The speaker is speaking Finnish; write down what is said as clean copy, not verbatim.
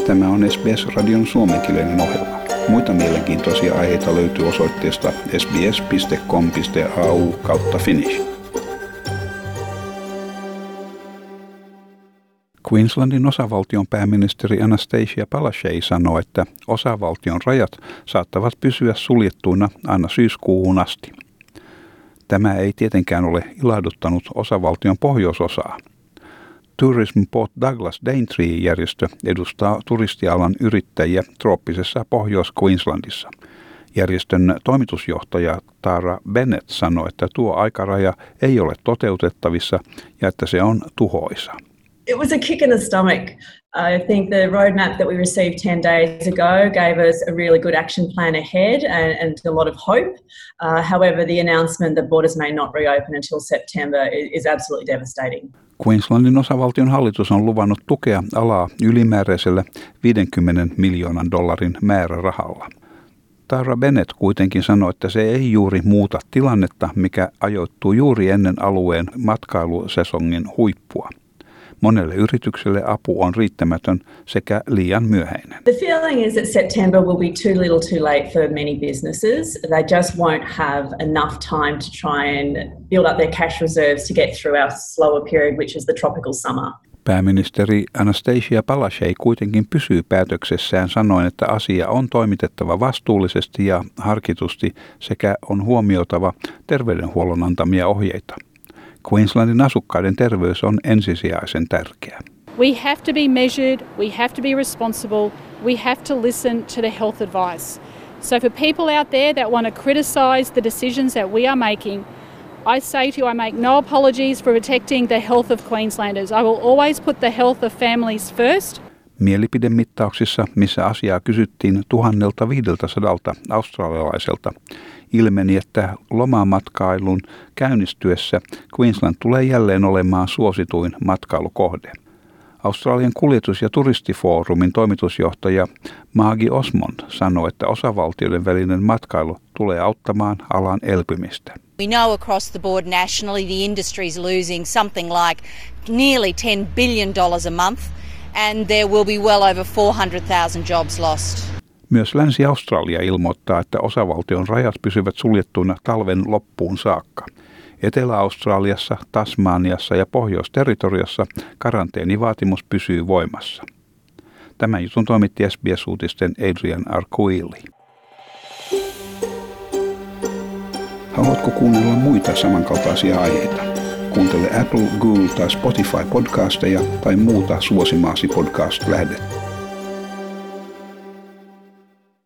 Tämä on SBS-radion suomenkielinen ohjelma. Muita mielenkiintoisia aiheita löytyy osoitteesta sbs.com.au/finnish. Queenslandin osavaltion pääministeri Anastasia Palaszczuk sanoi, että osavaltion rajat saattavat pysyä suljettuina aina syyskuuhun asti. Tämä ei tietenkään ole ilahduttanut osavaltion pohjoisosaa. Tourism Port Douglas Daintree-järjestö edustaa turistialan yrittäjiä trooppisessa Pohjois-Queenslandissa. Järjestön toimitusjohtaja Tara Bennett sanoi, että tuo aikaraja ei ole toteutettavissa ja että se on tuhoisa. It was a kick in the stomach. I think the roadmap that we received 10 days ago gave us a really good action plan ahead and a lot of hope. However, the announcement that borders may not reopen until September is absolutely devastating. Queenslandin osavaltion hallitus on luvannut tukea alaa ylimääräisellä $50 miljoonan määrärahalla. Tara Bennett kuitenkin sanoi, että se ei juuri muuta tilannetta, mikä ajoittuu juuri ennen alueen matkailusesongin huippua. Monelle yritykselle apu on riittämätön sekä liian myöhäinen. The feeling is that September will be too little too late for many businesses. They just won't have enough time to try and build up their cash reserves to get through our slower period, which is the tropical summer. Pääministeri Anastasia Palaszczuk kuitenkin pysyy päätöksessään sanoen, että asia on toimitettava vastuullisesti ja harkitusti sekä on huomioitava terveydenhuollon antamia ohjeita. Queenslandin asukkaiden terveys on ensisijaisen tärkeä. We have to be measured, we have to be responsible, we have to listen to the health advice. So for people out there that want to criticise the decisions that we are making, I say to you, I make no apologies for protecting the health of Queenslanders. I will always put the health of families first. Mielipidemittauksissa, missä asiaa kysyttiin 1500 australialaiselta, ilmeni, että lomamatkailun käynnistyessä Queensland tulee jälleen olemaan suosituin matkailukohde. Australian kuljetus- ja turistifoorumin toimitusjohtaja Margie Osmond sanoi, että osavaltioiden välinen matkailu tulee auttamaan alan elpymistä. We know across the board nationally the industry is losing something like nearly $10 billion a month. And there will be well over 400,000 jobs lost. Myös Länsi-Australia ilmoittaa, että osavaltion rajat pysyvät suljettuina talven loppuun saakka. Etelä-Australiassa, Tasmaniassa ja Pohjois-Territoriassa karanteenivaatimus pysyy voimassa. Tämän jutun toimitti SBS-uutisten Adrian Arkuili. Haluatko kuunnella muita samankaltaisia aiheita? Kuuntele Apple, Google tai Spotify podcasteja tai muuta suosimaasi podcast-lähdettä.